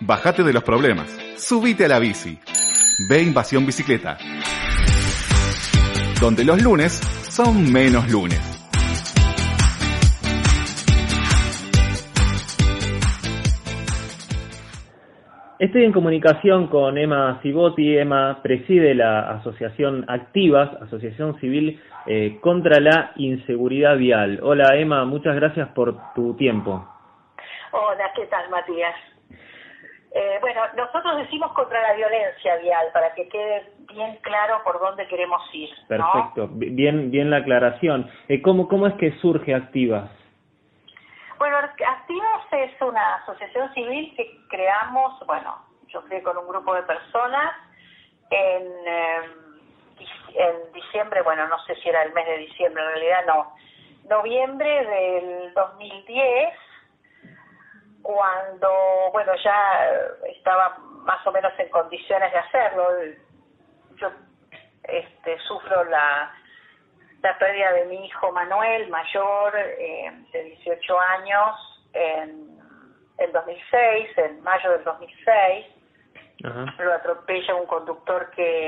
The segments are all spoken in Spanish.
Bájate de los problemas. Subite a la bici. Ve Invasión Bicicleta. Donde los lunes son menos lunes. Estoy en comunicación con Emma Cibotti. Emma preside la asociación Activas, Asociación Civil contra la Inseguridad Vial. Hola Emma, muchas gracias por tu tiempo. Hola, ¿qué tal Matías? Bueno, nosotros decimos contra la violencia vial, para que quede bien claro por dónde queremos ir, ¿no? Perfecto, bien la aclaración. ¿Cómo es que surge Activas? Bueno, Activas es una asociación civil que creamos, yo creé con un grupo de personas en diciembre, no sé si era el mes de diciembre, en realidad no, noviembre del 2010, cuando, ya estaba más o menos en condiciones de hacerlo. Yo sufro la pérdida de mi hijo Manuel, mayor, de 18 años, en 2006, en mayo del 2006. Ajá. Lo atropella un conductor que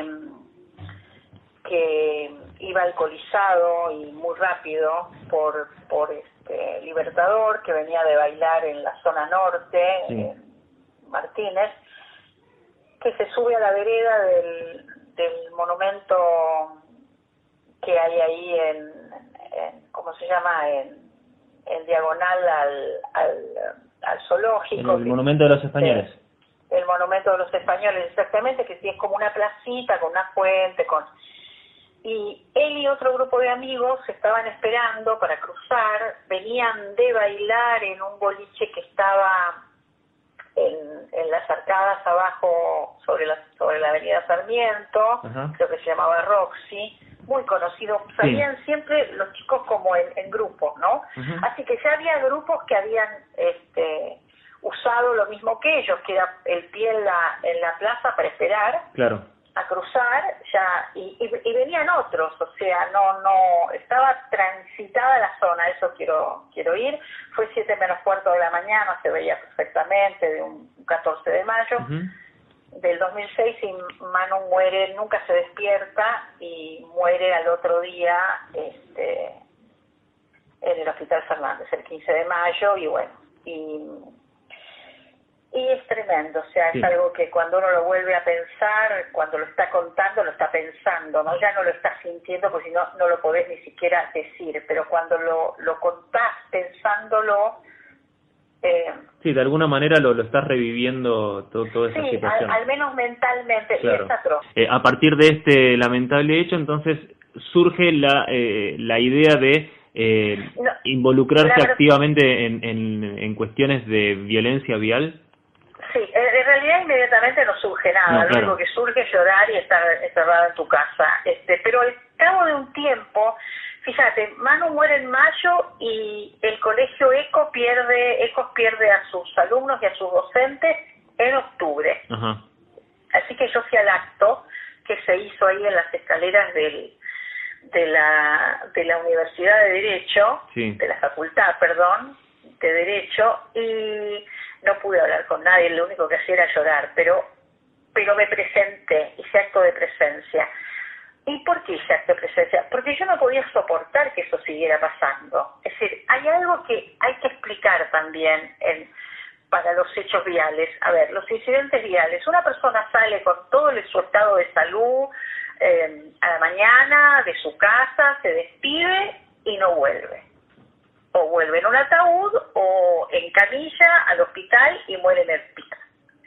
iba alcoholizado y muy rápido por Libertador, que venía de bailar en la zona norte, sí, en Martínez, que se sube a la vereda del monumento que hay ahí en ¿cómo se llama? En diagonal al zoológico. El monumento de los españoles. El monumento de los españoles, exactamente, que sí es como una placita con una fuente, y él y otro grupo de amigos estaban esperando para cruzar, venían de bailar en un boliche que estaba en las arcadas abajo sobre la avenida Sarmiento. Ajá. Creo que se llamaba Roxy, muy conocido. Salían siempre los chicos como en grupos, ¿no? Uh-huh. Así que ya había grupos que habían usado lo mismo que ellos, que era el pie en la plaza para esperar. Claro. A cruzar ya, y venían otros, o sea, no estaba transitada la zona. Eso quiero ir. Fue 7:15 de la mañana, se veía perfectamente, de un 14 de mayo. Uh-huh. Del 2006, y Manu muere, nunca se despierta, y muere al otro día en el Hospital Fernández, el 15 de mayo, y es tremendo, o sea, sí, es algo que cuando uno lo vuelve a pensar, cuando lo está contando, lo está pensando, ¿no? Ya no lo estás sintiendo, porque si no lo podés ni siquiera decir, pero cuando lo contás pensándolo... sí, de alguna manera lo estás reviviendo toda esa situación. Al menos mentalmente, claro. Y es atroz. A partir de este lamentable hecho, entonces, surge la idea de involucrarse activamente en cuestiones de violencia vial. Sí, en realidad inmediatamente no surge nada, no, claro. Lo único que surge es llorar y estar encerrada en tu casa. Pero al cabo de un tiempo, fíjate, Manu muere en mayo y el colegio ECOS pierde a sus alumnos y a sus docentes en octubre. Ajá. Así que yo fui al acto que se hizo ahí en las escaleras de la Universidad de Derecho, sí, de la Facultad, de Derecho, y no pude hablar con nadie, lo único que hacía era llorar, pero me presenté, hice acto de presencia. ¿Y por qué hice acto de presencia? Porque yo no podía soportar que eso siguiera pasando. Es decir, hay algo que hay que explicar también para los hechos viales. A ver, los incidentes viales, una persona sale con todo su estado de salud a la mañana de su casa, se despide y no vuelve. O vuelve en un ataúd o en camilla al hospital y muere en el hospital.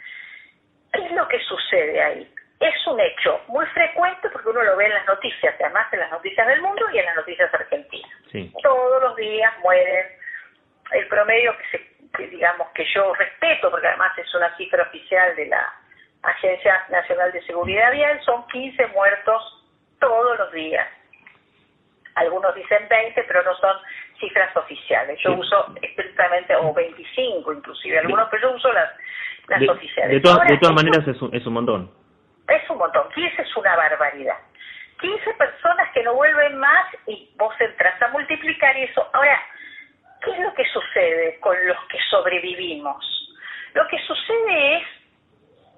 ¿Qué es lo que sucede ahí? Es un hecho muy frecuente porque uno lo ve en las noticias, además en las noticias del mundo y en las noticias argentinas. Sí. Todos los días mueren. El promedio que digamos que yo respeto, porque además es una cifra oficial de la Agencia Nacional de Seguridad Vial, son 15 muertos todos los días. Algunos dicen 20, pero no son cifras oficiales. Yo uso estrictamente, o 25 inclusive, algunos, pero yo uso las oficiales. De todas maneras es un montón. Es un montón. 15 es una barbaridad. 15 personas que no vuelven más, y vos entras a multiplicar eso. Ahora, ¿qué es lo que sucede con los que sobrevivimos? Lo que sucede es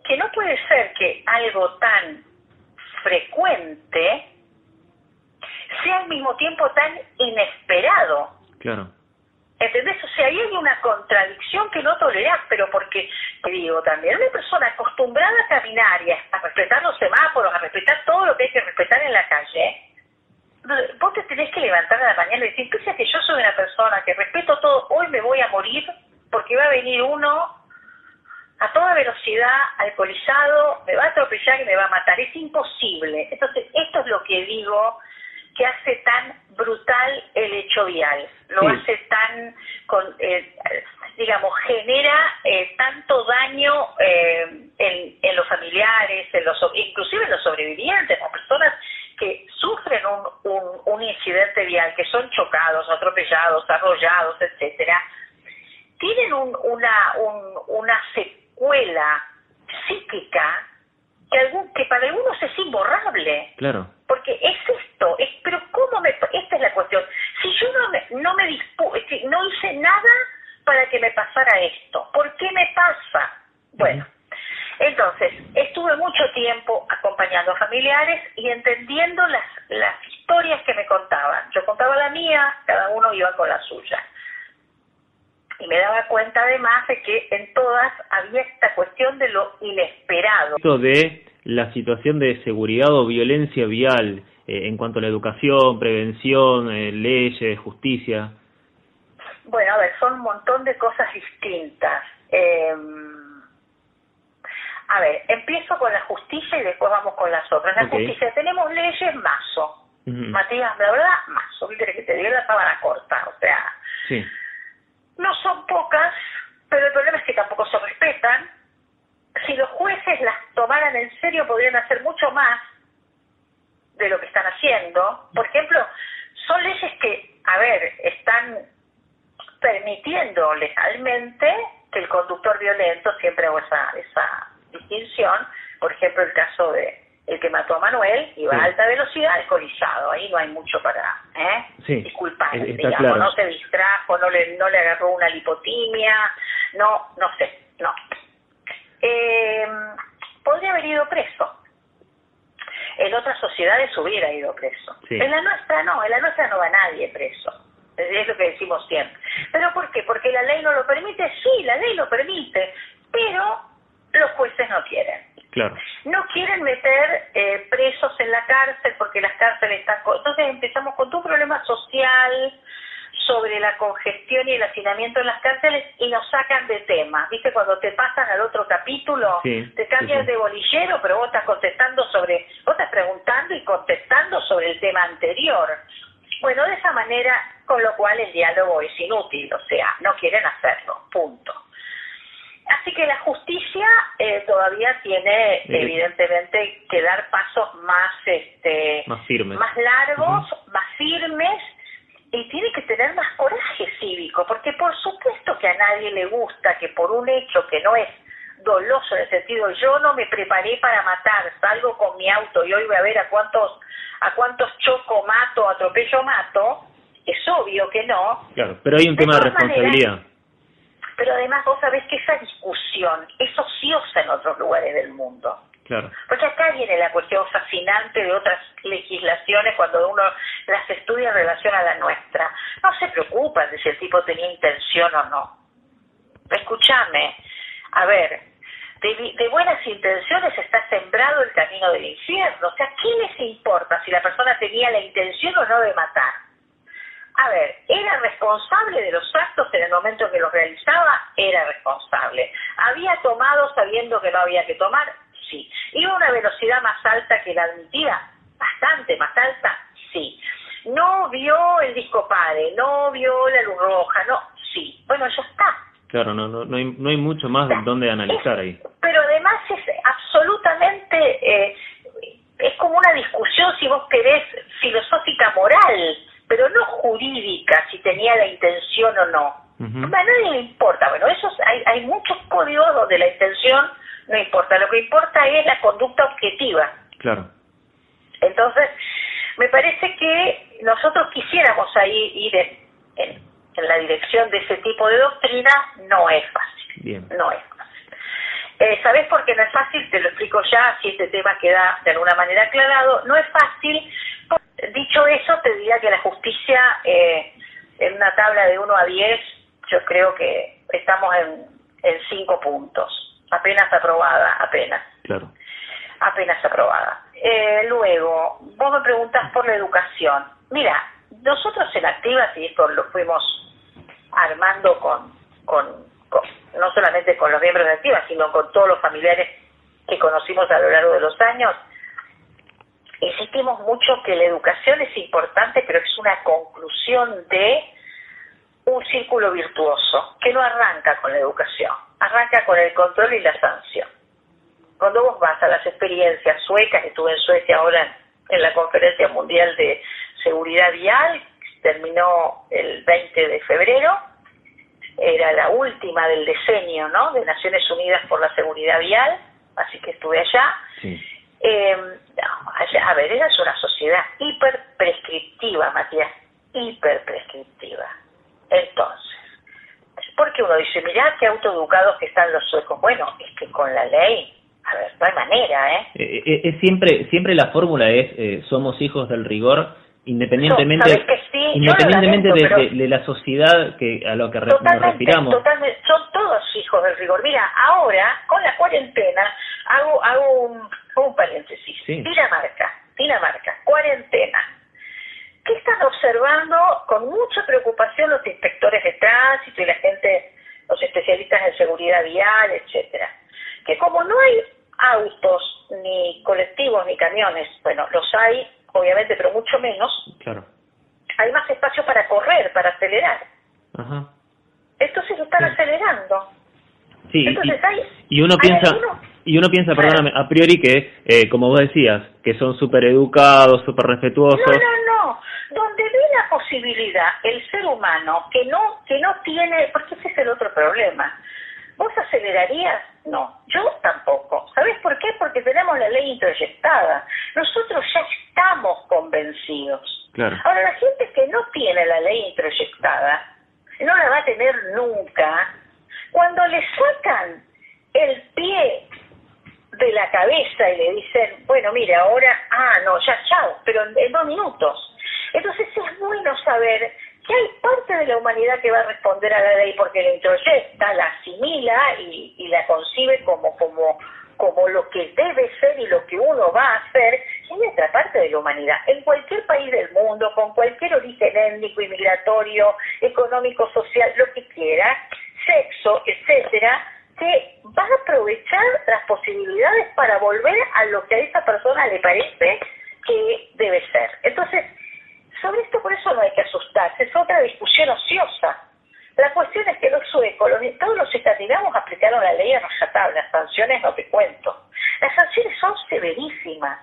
que no puede ser que algo tan frecuente sea al mismo tiempo tan inesperado. Claro. ¿Entendés? O sea, ahí hay una contradicción que no tolerás, pero porque, te digo, también una persona acostumbrada a caminar y a respetar los semáforos, a respetar todo lo que hay que respetar en la calle, vos te tenés que levantar a la mañana y decir, pese a que yo soy una persona que respeto todo, hoy me voy a morir porque va a venir uno a toda velocidad, alcoholizado, me va a atropellar y me va a matar. Es imposible. Entonces, esto es lo que digo que hace tan brutal el hecho vial. Lo hace tan, digamos, genera tanto daño en los familiares, inclusive en los sobrevivientes, las personas que sufren un incidente vial, que son chocados, atropellados, arrollados, etcétera, tienen una secuela psíquica que para algunos es imborrable. Claro. Porque es esto, pero ¿cómo esta es la cuestión? Si yo no hice nada para que me pasara esto, ¿por qué me pasa? Bueno, entonces, estuve mucho tiempo acompañando a familiares y entendiendo las historias que me contaban. Yo contaba la mía, cada uno iba con la suya. Y me daba cuenta además de que en todas había esta cuestión de lo inesperado. Esto de la situación de seguridad o violencia vial en cuanto a la educación, prevención, leyes, justicia. Bueno, a ver, son un montón de cosas distintas. A ver, empiezo con la justicia y después vamos con las otras. La justicia, tenemos leyes Mazo. Matías, la verdad, Mazo. ¿Qué querés que te diga? La sábana corta, o sea... Sí. No son pocas, pero el problema es que tampoco se respetan. Si los jueces las tomaran en serio, podrían hacer mucho más de lo que están haciendo. Por ejemplo, son leyes que, a ver, están permitiendo legalmente que el conductor violento, siempre hago esa distinción, por ejemplo, el caso de el que mató a Manuel, iba a alta velocidad, alcoholizado, ahí no hay mucho para disculpar, digamos, claro. No se distrajo, no le agarró una lipotimia, no sé. Podría haber ido preso. En otras sociedades hubiera ido preso. Sí. En la nuestra no va nadie preso. Es lo que decimos siempre. ¿Pero por qué? ¿Porque la ley no lo permite? Sí, la ley lo permite, pero los jueces no quieren. Claro. No quieren meter presos en la cárcel porque las cárceles están... Entonces empezamos con todo un problema social sobre la congestión y el hacinamiento en las cárceles y nos sacan de tema. ¿Viste? Cuando te pasan al otro capítulo, te cambias de bolillero, pero vos estás preguntando y contestando sobre el tema anterior. Bueno, de esa manera, con lo cual el diálogo es inútil, o sea, no quieren hacerlo, punto. Así que la justicia todavía tiene evidentemente que dar pasos más firmes, más largos, más firmes, y tiene que tener más coraje cívico, porque por supuesto que a nadie le gusta que por un hecho que no es doloso en el sentido yo no me preparé para matar, salgo con mi auto y hoy voy a ver a cuántos choco, mato, atropello, mato, es obvio que no. Claro, pero hay un tema de responsabilidad. Pero además vos sabés que esa discusión es ociosa en otros lugares del mundo. Claro. Porque acá viene la cuestión fascinante de otras legislaciones cuando uno las estudia en relación a la nuestra. No se preocupan de si el tipo tenía intención o no. Escúchame, a ver, de buenas intenciones está sembrado el camino del infierno. O sea, ¿qué les importa si la persona tenía la intención o no de matar? A ver, ¿era responsable de los actos en el momento en que los realizaba? Era responsable. ¿Había tomado sabiendo que no había que tomar? Sí. ¿Iba a una velocidad más alta que la admitida? Bastante más alta, sí. ¿No vio el disco padre? ¿No vio la luz roja? No, sí. Bueno, ya está. Claro, no hay mucho más donde analizar ahí. Pero además es absolutamente, es como una discusión, si vos querés, filosófica moral, pero no jurídica, si tenía la intención o no. A nadie le importa. Bueno, hay muchos códigos donde la intención no importa. Lo que importa es la conducta objetiva. Claro. Entonces, me parece que nosotros quisiéramos ahí ir en la dirección de ese tipo de doctrina, no es fácil. Bien. No es fácil. ¿Sabés por qué no es fácil? Te lo explico ya, si este tema queda de alguna manera aclarado. No es fácil. Dicho eso, te diría que la justicia, en una tabla de 1 a 10, yo creo que estamos en 5 puntos. Apenas aprobada, apenas. Claro. Apenas aprobada. Luego, vos me preguntás por la educación. Mira, nosotros en Activas, y esto lo fuimos armando con no solamente con los miembros de Activas, sino con todos los familiares que conocimos a lo largo de los años, insistimos mucho que la educación es importante, pero es una conclusión de un círculo virtuoso, que no arranca con la educación, arranca con el control y la sanción. Cuando vos vas a las experiencias suecas, estuve en Suecia ahora en la Conferencia Mundial de Seguridad Vial, terminó el 20 de febrero, era la última del decenio, ¿no?, de Naciones Unidas por la Seguridad Vial, así que estuve allá. Sí. A ver, esa es una sociedad hiper prescriptiva, Matías, hiper prescriptiva. Entonces, porque uno dice, mirá qué autoeducados que están los suecos. Bueno, es que con la ley, a ver, no hay manera, Es siempre la fórmula es, somos hijos del rigor, independientemente de la sociedad que a lo que nos respiramos. Totalmente, son todos hijos del rigor. Mira, ahora, con la cuarentena, hago un paréntesis. Sí. Dinamarca, cuarentena. ¿Qué están observando con mucha preocupación los inspectores de tránsito y la gente, los especialistas en seguridad vial, etcétera? Que como no hay autos, ni colectivos, ni camiones, bueno, los hay, obviamente, pero mucho menos, claro, hay más espacio para correr, para acelerar. Ajá. Entonces están acelerando. Sí, entonces y uno piensa, perdóname, a priori que, como vos decías, que son súper educados, súper respetuosos. No. Donde ve la posibilidad el ser humano que no tiene, porque ese es el otro problema. ¿Vos acelerarías? No, yo tampoco. ¿Sabés por qué? Porque tenemos la ley introyectada. Nosotros ya estamos convencidos. Claro. Ahora, la gente que no tiene la ley introyectada, no la va a tener nunca. Cuando le sacan el pie de la cabeza y le dicen, bueno, mira, ahora, no, ya, chao, pero en 2 minutos. Entonces es bueno saber que hay parte de la humanidad que va a responder a la ley porque la introyecta, la asimila y la concibe como lo que debe ser y lo que uno va a hacer, y hay otra parte de la humanidad, en cualquier país del mundo, con cualquier origen étnico, inmigratorio, económico, social, lo que quiera, sexo, etcétera, que va a aprovechar las posibilidades para volver a lo que a esa persona le parece que debe ser. Entonces, sobre esto por eso no hay que asustarse, es otra discusión ociosa. La cuestión es que los suecos, todos los escandinavos aplicaron la ley a rajatabla, las sanciones no te cuento. Las sanciones son severísimas.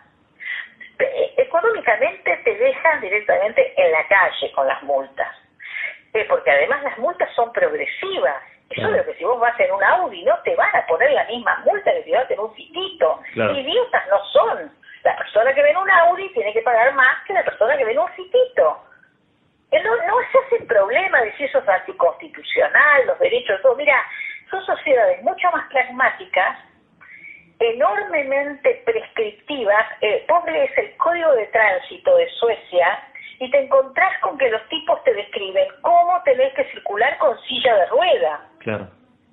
Económicamente te dejan directamente en la calle con las multas, porque además las multas son progresivas. Es obvio que si vos vas en un Audi no te van a poner la misma multa que si vas en un Fitito. Claro. Idiotas no son. La persona que ve en un Audi tiene que pagar más que la persona que ve en un Fitito. No se hace problema de si eso es anticonstitucional, los derechos, todo. Mira, son sociedades mucho más pragmáticas, enormemente prescriptivas. Vos lees el Código de Tránsito de Suecia y te encontrás con que los tipos te describen cómo tenés que circular con silla de rueda. Claro.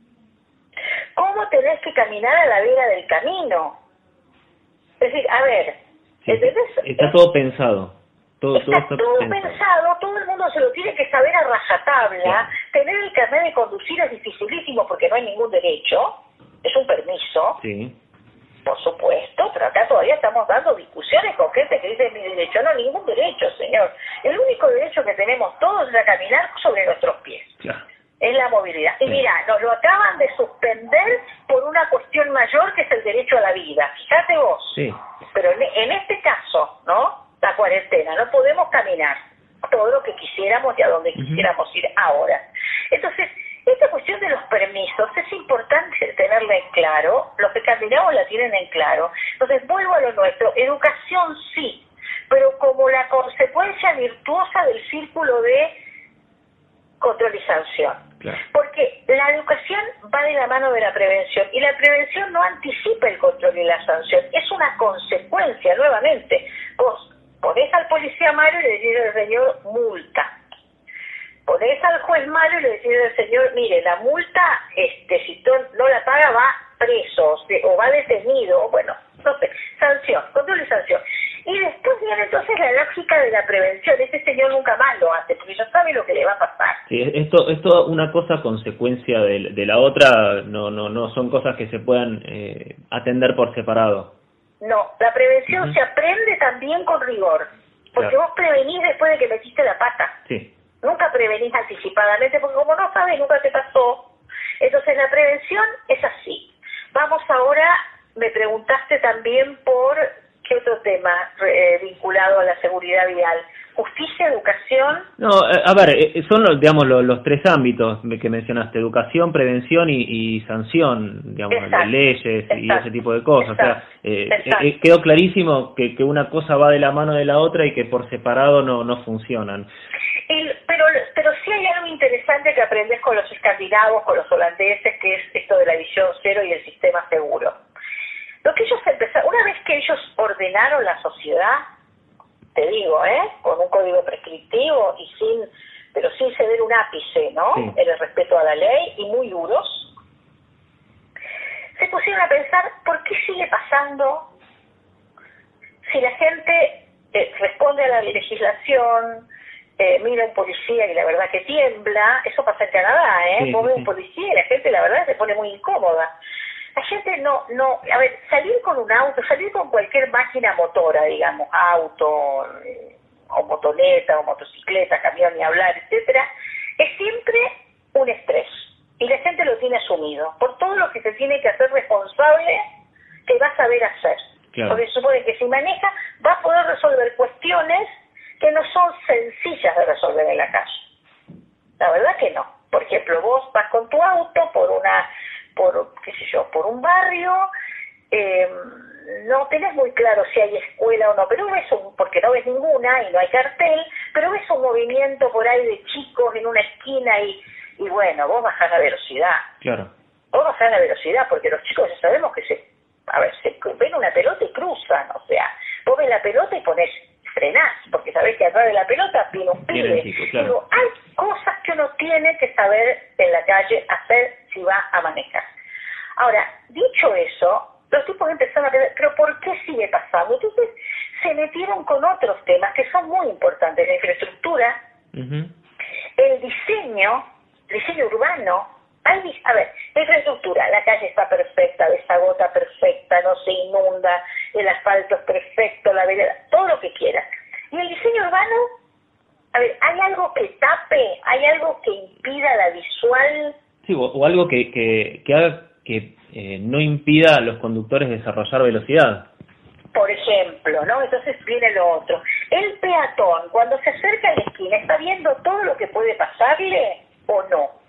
Cómo tenés que caminar a la vera del camino. Es decir, a ver, sí, está todo pensado. Está todo pensado, todo el mundo se lo tiene que saber a rajatabla. Sí. Tener el carnet de conducir es dificilísimo porque no hay ningún derecho, es un permiso. Sí. Por supuesto, pero acá todavía estamos dando discusiones con gente que dice mi derecho. No, ningún derecho, señor. El único derecho que tenemos todos es a caminar sobre nuestros pies. Claro. Es la movilidad. Y mira, nos lo acaban de suspender por una cuestión mayor que es el derecho a la vida. Fíjate vos. Sí. Pero en este caso, ¿no? La cuarentena, no podemos caminar todo lo que quisiéramos y a donde quisiéramos ir ahora. Entonces, esta cuestión de los permisos es importante tenerla en claro. Los que caminamos la tienen en claro. Entonces, vuelvo a lo nuestro. Educación sí, pero como la consecuencia virtuosa del círculo de control y sanción. Claro. Porque la educación va de la mano de la prevención, y la prevención no anticipa el control y la sanción, es una consecuencia. Nuevamente, vos ponés al policía malo y le decís al señor multa, ponés al juez malo y le decís al señor, mire, la multa, si no la paga va preso, o va detenido, o bueno, no sé, sanción, control y sanción. Y después viene entonces la lógica de la prevención. Este señor nunca más lo hace, porque ya sabe lo que le va a pasar. Sí, esto una cosa consecuencia de la otra, no son cosas que se puedan atender por separado. No, la prevención se aprende también con rigor, porque vos prevenís después de que metiste la pata. Sí. Nunca prevenís anticipadamente, porque como no sabes, nunca te pasó. Entonces la prevención es así. Vamos ahora, me preguntaste también por qué otro tema vinculado a la seguridad vial. Justicia, educación. No, a ver, son digamos los tres ámbitos que mencionaste: educación, prevención y sanción, digamos, de leyes y ese tipo de cosas. Exacto. O sea, quedó clarísimo que una cosa va de la mano de la otra y que por separado no funcionan. Pero sí hay algo interesante que aprendes con los escandinavos, con los holandeses, que es esto de la visión cero y el sistema seguro. Lo que ellos empezaron, una vez que ellos ordenaron la sociedad, te digo, con un código prescriptivo pero sin ceder un ápice, ¿no? Sí. En el respeto a la ley, y muy duros, se pusieron a pensar, ¿por qué sigue pasando si la gente responde a la legislación, mira a un policía y la verdad que tiembla? Eso pasa en Canadá, Sí, vos ves sí. un policía y la gente la verdad se pone muy incómoda. La gente a ver, salir con un auto, salir con cualquier máquina motora, digamos, auto, o motoneta, o motocicleta, camión, ni hablar, etcétera, es siempre un estrés. Y la gente lo tiene asumido, por todo lo que se tiene que hacer responsable que va a saber hacer. Claro. Porque se supone que si maneja, va a poder resolver cuestiones que no son sencillas de resolver en la calle. La verdad que no. Por ejemplo, vos vas con tu auto por un barrio, no tenés muy claro si hay escuela o no, pero ves porque no ves ninguna y no hay cartel, pero ves un movimiento por ahí de chicos en una esquina y bueno, vos bajás la velocidad. Claro. Vos bajás la velocidad porque los chicos ya sabemos que se ven una pelota y cruzan, o sea, vos ves la pelota y frenás, porque sabés que atrás de la pelota viene un pibe. Claro. Digo, hay cosas que uno tiene que saber en la calle hacer si va a manejar. Ahora, dicho eso, los tipos empezaron a pensar, ¿pero por qué sigue pasando? Entonces se metieron con otros temas que son muy importantes: la infraestructura, el diseño urbano. A ver, la infraestructura, la calle está perfecta, desagota perfecta, no se inunda, el asfalto es perfecto, la vereda, todo lo que quieras. Y el diseño urbano, a ver, ¿hay algo que tape? ¿Hay algo que impida la visual? Sí, o algo que haga que no impida a los conductores desarrollar velocidad. Por ejemplo, ¿no? Entonces viene lo otro. El peatón, cuando se acerca a la esquina, ¿está viendo todo lo que puede pasarle o no?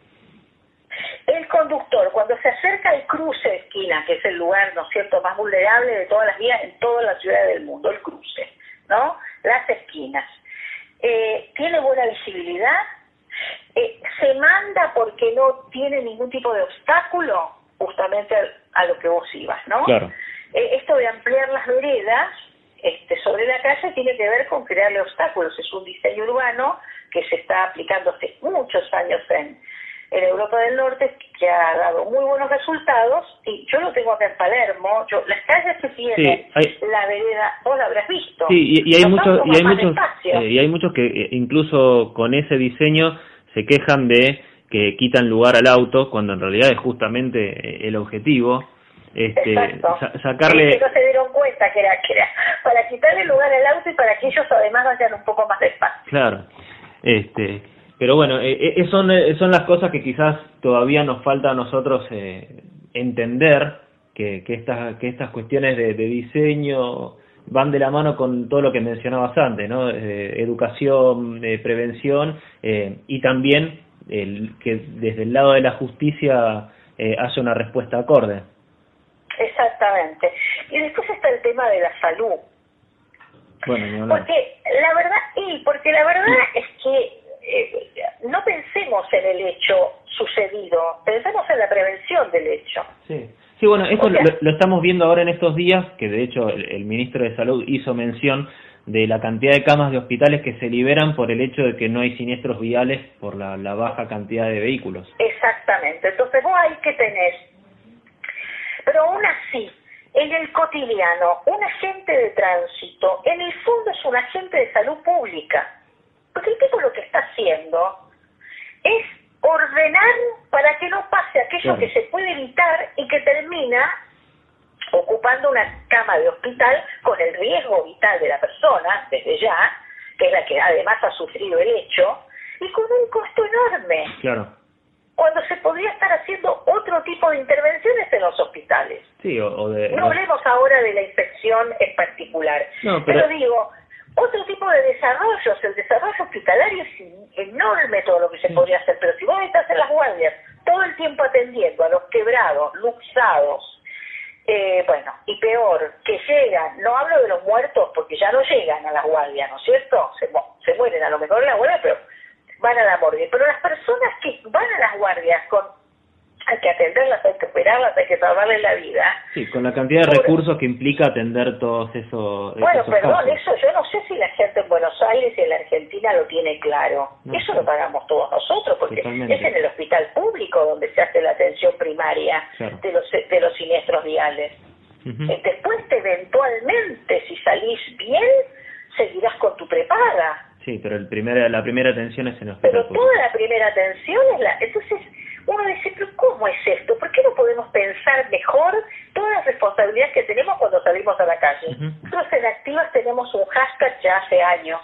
El conductor, cuando se acerca al cruce de esquina, que es el lugar, ¿no es cierto?, más vulnerable de todas las vías en todas las ciudades del mundo, el cruce, ¿no? Las esquinas. ¿Tiene buena visibilidad? ¿Se manda porque no tiene ningún tipo de obstáculo? Justamente a lo que vos ibas, ¿no? Claro. Esto de ampliar las veredas sobre la calle tiene que ver con crearle obstáculos. Es un diseño urbano que se está aplicando hace muchos años en Europa del Norte, que ha dado muy buenos resultados, y yo lo tengo acá en Palermo. Las calles que tienen la vereda, vos la habrás visto. Sí, y hay muchos que incluso con ese diseño se quejan de que quitan lugar al auto, cuando en realidad es justamente el objetivo. Sacarle... No se dieron cuenta que era para quitarle lugar al auto y para que ellos además vayan un poco más despacio. Claro. Pero bueno, son las cosas que quizás todavía nos falta a nosotros entender, que estas cuestiones de diseño van de la mano con todo lo que mencionabas antes, ¿no? Educación, prevención, y también que desde el lado de la justicia haya una respuesta acorde. Exactamente. Y después está el tema de la salud. Bueno, porque la verdad es que no pensemos en el hecho sucedido, pensemos en la prevención del hecho. Sí. Sí, bueno, esto lo estamos viendo ahora en estos días, que de hecho el ministro de Salud hizo mención de la cantidad de camas de hospitales que se liberan por el hecho de que no hay siniestros viales por la baja cantidad de vehículos. Exactamente, entonces vos ahí que tenés, pero aún así, en el cotidiano, un agente de tránsito, en el fondo es un agente de salud pública, porque el tipo lo que está haciendo es ordenar para que no pase aquello que se puede evitar y que termina ocupando una cama de hospital con el riesgo vital de la persona, desde ya, que es la que además ha sufrido el hecho, y con un costo enorme. Claro. Cuando se podría estar haciendo otro tipo de intervenciones en los hospitales. Sí, no hablemos ahora de la infección en particular, pero digo, otro tipo de desarrollos, el desarrollo hospitalario es enorme todo lo que se podría hacer, pero si vos estás en las guardias todo el tiempo atendiendo a los quebrados, luxados, bueno, y peor, que llegan, no hablo de los muertos porque ya no llegan a las guardias, ¿no es cierto? Se mueren a lo mejor en la guardia, pero van a la morgue. Pero las personas que van a las guardias hay que atenderlas, hay que operarlas, hay que salvarles la vida. Sí, con la cantidad de recursos que implica atender todos esos bueno, esos perdón, casos. Eso yo no sé si la gente en Buenos Aires y en la Argentina lo tiene claro. Eso lo pagamos todos nosotros, porque Totalmente. es en el hospital público donde se hace la atención primaria de los siniestros viales. Después, eventualmente, si salís bien, seguirás con tu prepaga. Sí, pero la primera atención es en el hospital Pero público. toda la primera atención es Entonces, uno dice, pero ¿cómo es esto? ¿Por qué no podemos pensar mejor todas las responsabilidades que tenemos cuando salimos a la calle? Nosotros en Activas tenemos un hashtag ya hace años,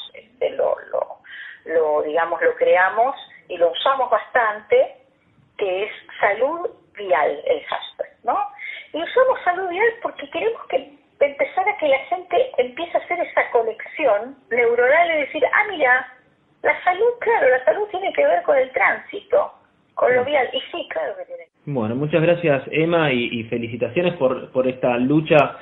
lo creamos y lo usamos bastante, que es salud vial, el hashtag, ¿no? Y usamos salud vial porque queremos empezar a que la gente empiece a hacer esa conexión neuronal y decir, mira, la salud tiene que ver con el tránsito, con lo vial, y sí, claro que tiene. Bueno, muchas gracias, Emma, y felicitaciones por esta lucha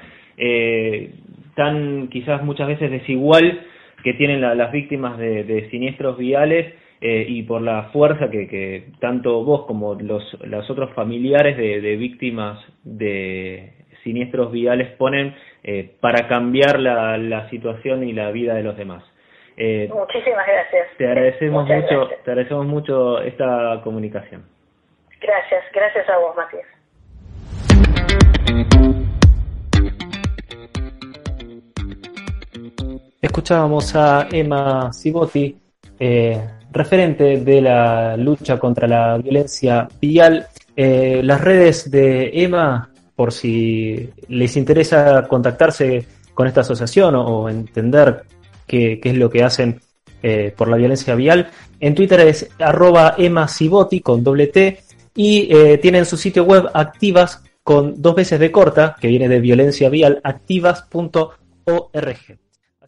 tan quizás muchas veces desigual que tienen las víctimas de siniestros viales, y por la fuerza que tanto vos como los otros familiares de víctimas de siniestros viales ponen para cambiar la situación y la vida de los demás. Muchísimas gracias. Te agradecemos mucho esta comunicación. Gracias a vos, Matías. Escuchábamos a Emma Cibotti, referente de la lucha contra la violencia vial. Las redes de Emma, por si les interesa contactarse con esta asociación o entender qué es lo que hacen por la violencia vial, en Twitter es @EmmaCibotti con @T, y tienen su sitio web Activas con 2 veces B corta, que viene de violencia vial, activas.org.